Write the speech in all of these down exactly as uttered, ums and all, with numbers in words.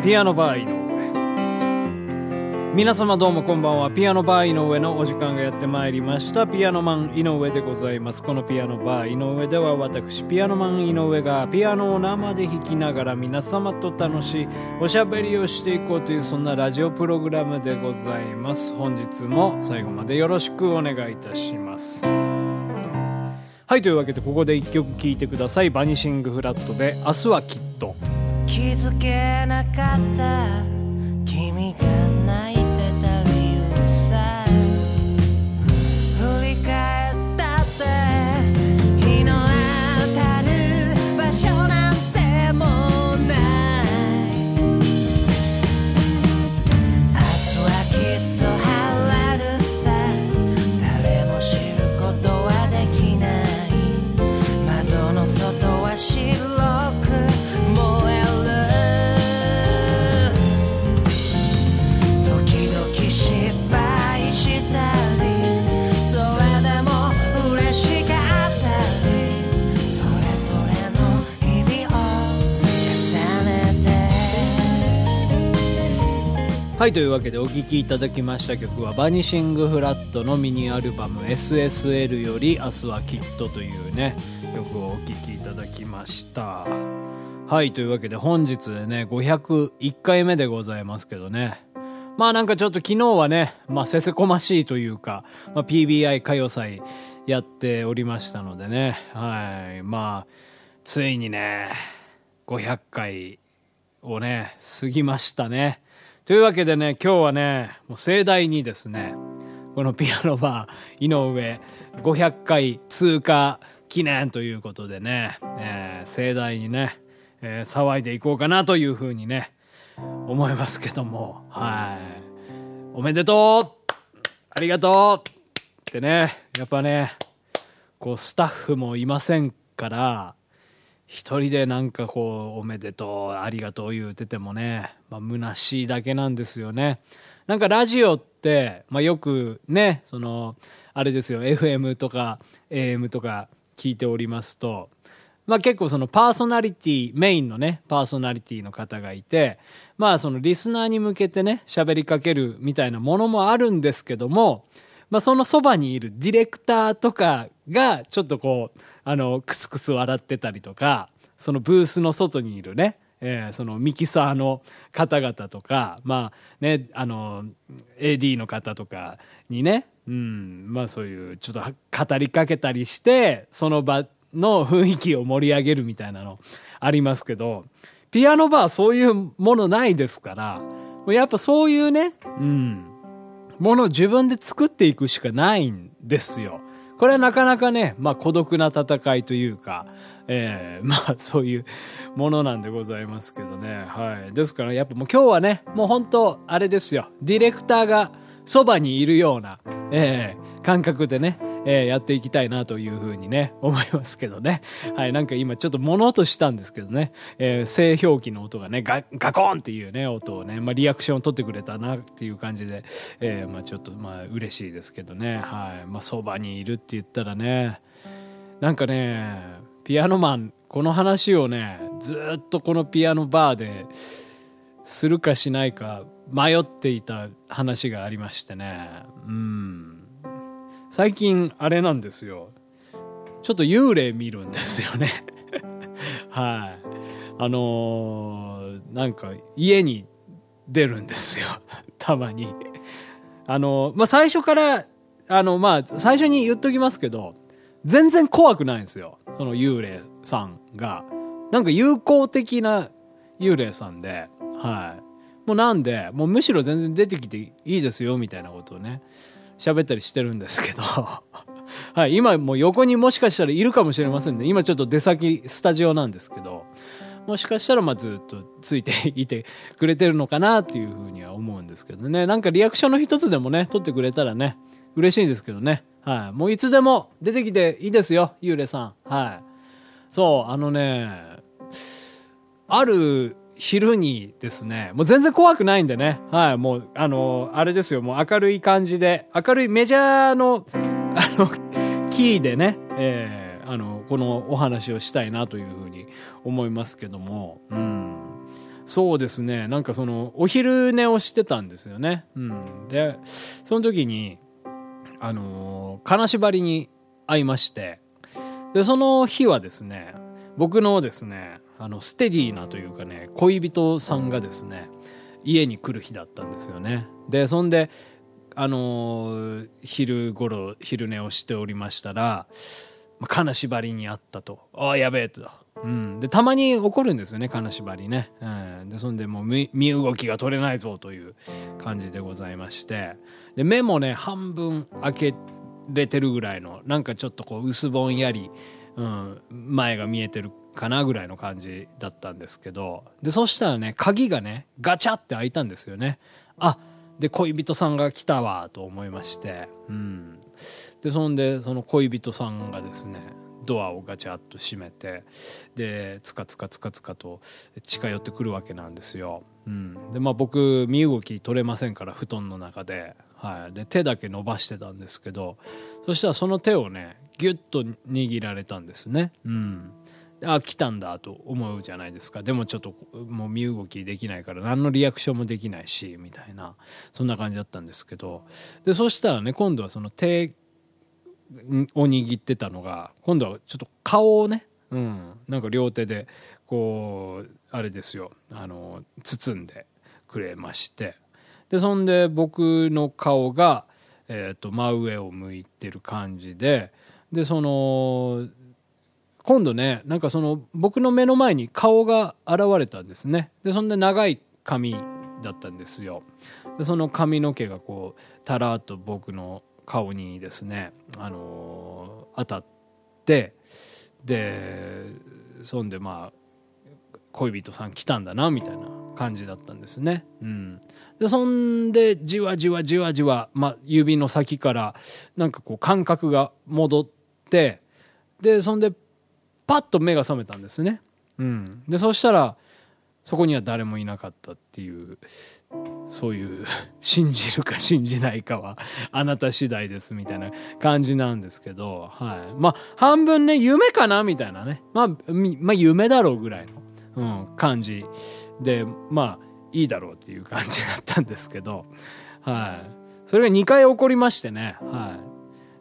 ピアノバー井上。皆様どうもこんばんは。ピアノバー井上のお時間がやってまいりました。ピアノマン井上でございます。このピアノバー井上では、私ピアノマン井上がピアノを生で弾きながら皆様と楽しいおしゃべりをしていこうという、そんなラジオプログラムでございます。本日も最後までよろしくお願いいたします。はい、というわけでここで一曲聴いてください。バニシングフラットで明日はきっと。 気づけなかった君が泣いてた理由さ、振り返ったって日の当たる場所なんてもうない。明日はきっと晴れるさ、誰も知ることはできない。窓の外は白く燃える。時々失敗したり、それでも嬉しかったり、それぞれの日々を重ねて。 はい、というわけでお聴きいただきました曲はバニシングフラットのミニアルバム エスエスエル より明日はきっとというね曲をお聴きいただきました。はい、というわけで本日でねごひゃくいっかいめでございますけどね、まあなんかちょっと昨日はね、まあせせこましいというか、まあ、ピービーアイ 歌謡祭やっておりましたのでね、はい、まあついにねごひゃっかいをね過ぎましたね。というわけでね、今日はねもう盛大にですね、このピアノバー井上ごひゃっかい通過記念ということでね、えー、盛大にね、えー、騒いでいこうかなというふうにね思いますけども、はい、おめでとう、ありがとうってね、やっぱねこうスタッフもいませんから、一人でなんかこうおめでとうありがとう言うててもね、まあ虚しいだけなんですよね。なんかラジオって、まあ、よくねそのあれですよ エフエム とか エーエム とか聞いておりますと、まあ結構そのパーソナリティメインのねパーソナリティの方がいて、まあそのリスナーに向けてね喋りかけるみたいなものもあるんですけども、まあそのそばにいるディレクターとかがちょっとこうあのクスクス笑ってたりとか、そのブースの外にいるね、えー、そのミキサーの方々とか、まあねあの エーディー の方とかにね、うん、まあそういうちょっと語りかけたりしてその場の雰囲気を盛り上げるみたいなのありますけど、ピアノバーそういうものないですから、やっぱそういうね、うん、ものを自分で作っていくしかないんですよ。これはなかなかね、まあ孤独な戦いというか、えー、まあそういうものなんでございますけどね。はい。ですからやっぱもう今日はね、もう本当あれですよ。ディレクターがそばにいるような、えー、感覚でね、えー、やっていきたいなというふうにね、思いますけどね。はい。なんか今ちょっと物音したんですけどね、えー、製氷機の音がね、ガ、ガコーンっていうね、音をね、まあリアクションを取ってくれたなっていう感じで、えー、まあちょっとまあ嬉しいですけどね。はい。まあそばにいるって言ったらね、なんかね、ピアノマン、この話をね、ずっとこのピアノバーでするかしないか迷っていた話がありましてね。うん。最近あれなんですよ。ちょっと幽霊見るんですよね。はい。あのー、なんか家に出るんですよ。たまに。あのー、まあ、最初から、あの、まあ、最初に言っときますけど、全然怖くないんですよ。その幽霊さんが。なんか友好的な幽霊さんで、はい。もうなんで、もうむしろ全然出てきていいですよ、みたいなことをね、喋ったりしてるんですけど、はい。今もう横にもしかしたらいるかもしれませんね。今ちょっと出先スタジオなんですけど、もしかしたらまあずっとついていてくれてるのかなっていうふうには思うんですけどね。なんかリアクションの一つでもね、取ってくれたらね、嬉しいんですけどね。はい。もういつでも出てきていいですよ、幽霊さん。はい。そう、あのね、ある昼にですね、もう全然怖くないんでね。はい。もう、あの、あれですよ、もう明るい感じで、明るいメジャーの、あの、キーでね、えー、あの、このお話をしたいなというふうに思いますけども、うん。 そうですね、なんかそのお昼寝をしてたんですよね、うん、でその時にあのー、金縛りに会いまして、でその日はですね、僕のですねあのステディなというかね恋人さんがですね家に来る日だったんですよね。でそんであのー、昼頃昼寝をしておりましたら、金縛りにあったと、ああやべえと、うん、でたまに起こるんですよね金縛りね、うん、でそんでもう身動きが取れないぞという感じでございまして、で目もね半分開けれてるぐらいの、なんかちょっとこう薄ぼんやり、うん、前が見えてるかなぐらいの感じだったんですけど、でそしたらね鍵がねガチャって開いたんですよね。あで恋人さんが来たわと思いまして、うん、でそんでその恋人さんがですねドアをガチャッと閉めて、でつかつかつかつかと近寄ってくるわけなんですよ、うん、でまあ僕身動き取れませんから布団の中で、はい、で手だけ伸ばしてたんですけど、そしたらその手をねギュッと握られたんですね、うん、あ来たんだと思うじゃないですか。でもちょっともう身動きできないから何のリアクションもできないしみたいな、そんな感じだったんですけど、でそしたらね今度はその手を握ってたのが今度はちょっと顔をね、うん、なんか両手でこうあれですよ、あの包んでくれまして、でそんで僕の顔が、えーと、真上を向いてる感じで、でその今度ねなんかその僕の目の前に顔が現れたんですね。でそんで長い髪だったんですよ。でその髪の毛がこうたらっと僕の顔にですね、あのー、当たって、でそんでまあ恋人さん来たんだなみたいな感じだったんですね、うん、でそんでじわじわじわじわ、まあ、指の先からなんかこう感覚が戻って、でそんでパッと目が覚めたんですね、うん、でそしたらそこには誰もいなかったっていう、そういう信じるか信じないかはあなた次第ですみたいな感じなんですけど、はい、まあ半分ね夢かなみたいなね、まあ、まあ夢だろうぐらいの、うん、感じで、まあいいだろうっていう感じだったんですけど、はい、それがにかい起こりましてね、はい、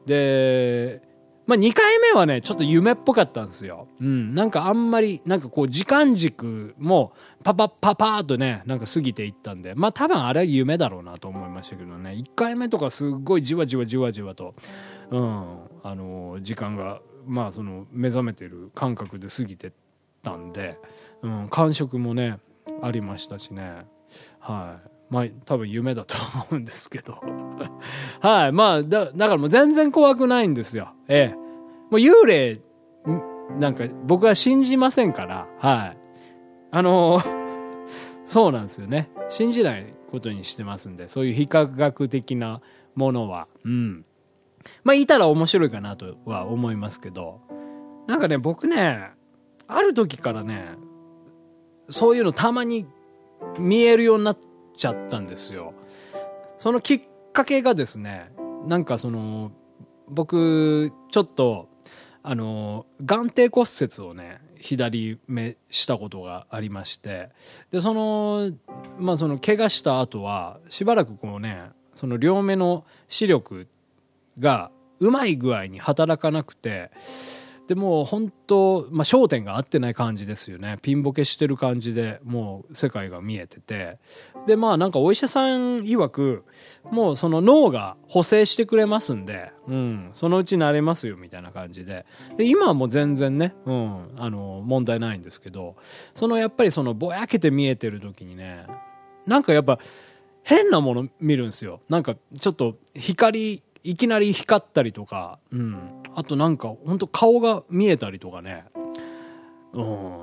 でまあ、にかいめはねちょっと夢っぽかったんですよ、うん、なんかあんまりなんかこう時間軸もパパパパーっとねなんか過ぎていったんで、まあ多分あれは夢だろうなと思いましたけどね、いっかいめとかすっごいじわじわじわじわと、うん、あの時間がまあその目覚めてる感覚で過ぎてったんで、うん、感触もねありましたしね、はいまあ多分夢だと思うんですけどはいまあだだからもう全然怖くないんですよ。ええもう幽霊なんか僕は信じませんから、はいあのー、そうなんですよね、信じないことにしてますんで、そういう非科学的なものは、うんまあいたら面白いかなとは思いますけど、なんかね僕ねある時からねそういうのたまに見えるようになっちゃったんですよ。そのきっかけがですね、なんかその僕ちょっとあの眼底骨折をね左目したことがありまして、でそのまあその怪我した後はしばらくこうねその両目の視力がうまい具合に働かなくて、でもう本当、まあ、焦点が合ってない感じですよね。ピンボケしてる感じでもう世界が見えてて、でまあなんかお医者さん曰くもうその脳が補正してくれますんで、うん、そのうち慣れますよみたいな感じで、で今はもう全然ね、うん、あの問題ないんですけど、そのやっぱりそのぼやけて見えてる時にねなんかやっぱ変なもの見るんですよ。なんかちょっと光いきなり光ったりとか、うん、あとなんか本当顔が見えたりとかね、うん、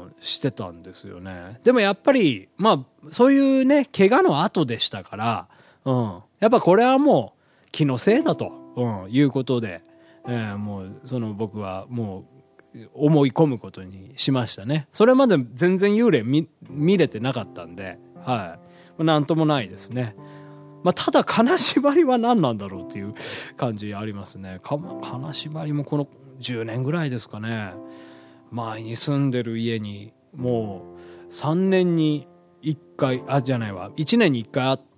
してたんですよね。でもやっぱりまあそういうね怪我の後でしたから、うん、やっぱこれはもう気のせいだと、うん、いうことで、えー、もうその僕はもう思い込むことにしましたね。それまで全然幽霊 見, 見れてなかったんで、はい、なんともないですね。まあ、ただ金縛りは何なんだろうっていう感じありますね。か金縛りもこのじゅうねんぐらいですかね、前に住んでる家にもうさんねんにいっかいあじゃないわいちねんにいっかいあって、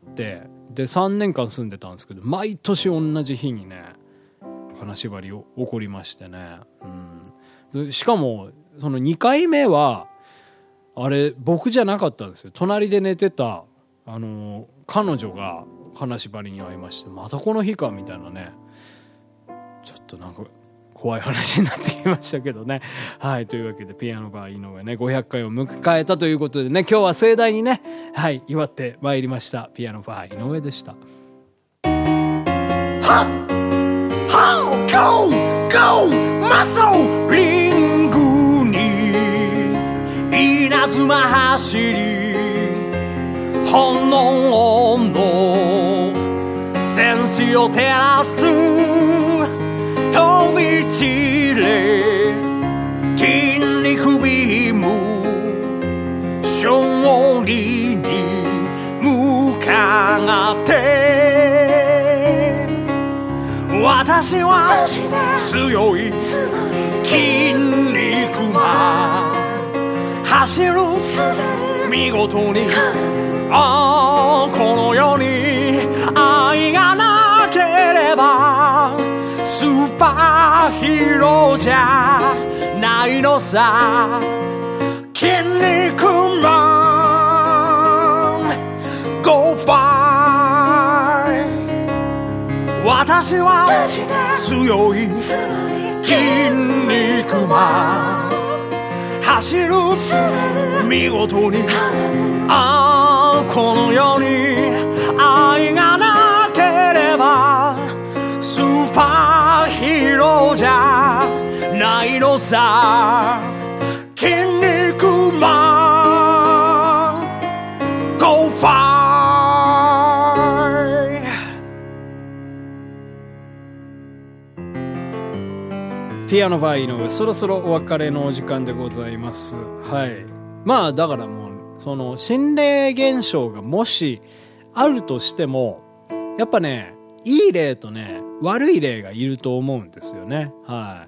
でさんねんかん住んでたんですけど、毎年同じ日にね金縛りを起こりましてね、うん、でしかもそのにかいめはあれ僕じゃなかったんですよ。隣で寝てたあの彼女が金縛りに遭いまして、またこの日かみたいなね、ちょっとなんか怖い話になってきましたけどね。はい、というわけでピアノバー井上ねごひゃっかいを迎えたということでね、今日は盛大にね、はい祝ってまいりました。ピアノバー井上でした。 はっはっゴーゴーマソリングに稲妻走り炎の戦士を照らす飛び散れ筋肉ビーム勝利に向かって私は強い筋肉が走る見事に、ああこの世に愛がなければスーパーヒーローじゃないのさ。筋肉マン Go fight、 私は強い筋肉マン走る見事に、ああこの世に愛がなければスーパーヒーローじゃないのさ。筋肉マン Go fight。 ピアノバー井上、そろそろお別れのお時間でございます。はい、まあだからもうその心霊現象がもしあるとしても、やっぱねいい例とね悪い例がいると思うんですよね。はい、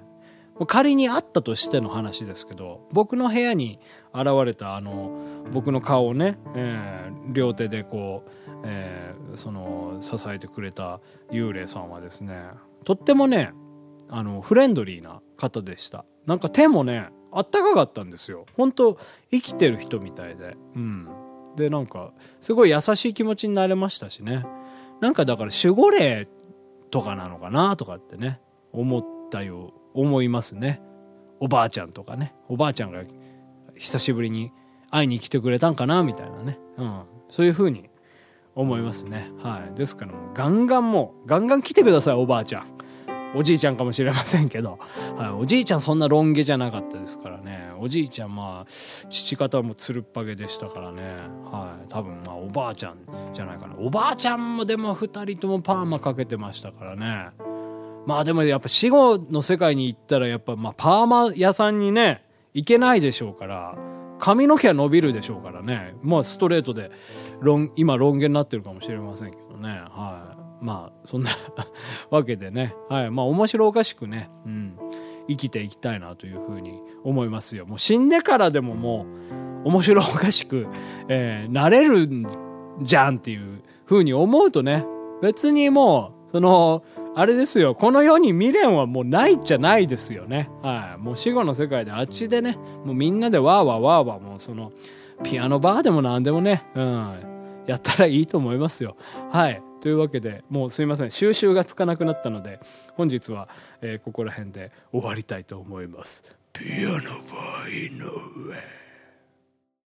仮にあったとしての話ですけど、僕の部屋に現れたあの僕の顔をね、えー、両手でこう、えー、その支えてくれた幽霊さんはですね、とってもねあのフレンドリーな方でした。なんか手もねあったかかったんですよ。本当生きてる人みたいで、うん、でなんかすごい優しい気持ちになれましたしね。なんかだから守護霊とかなのかなとかってね思ったよ思いますね。おばあちゃんとかね、おばあちゃんが久しぶりに会いに来てくれたんかなみたいなね、うん、そういう風に思いますね。はい、ですからもうガンガンもうガンガン来てください。おばあちゃんおじいちゃんかもしれませんけど、はい、おじいちゃんそんなロン毛じゃなかったですからね。おじいちゃんまあ父方もつるっぱげでしたからね。はい、多分まあおばあちゃんじゃないかな。おばあちゃんもでもふたりともパーマかけてましたからね。まあでもやっぱ死後の世界に行ったらやっぱまあパーマ屋さんにね行けないでしょうから、髪の毛は伸びるでしょうからね。まあストレートでロン今ロン毛になってるかもしれませんけどね。はい、まあそんなわけでね、はい、まあ面白おかしくね、うん、生きていきたいなというふうに思いますよ。もう死んでからでももう面白おかしく、えー、なれるんじゃんっていうふうに思うとね、別にもうそのあれですよ、この世に未練はもうないじゃないですよね。はい、もう死後の世界であっちでね、もうみんなでワーワーワーワーもうそのピアノバーでもなんでもね、うん、やったらいいと思いますよ。はい。というわけでもうすいません、収集がつかなくなったので本日は、えー、ここら辺で終わりたいと思います。ピアノバー井上。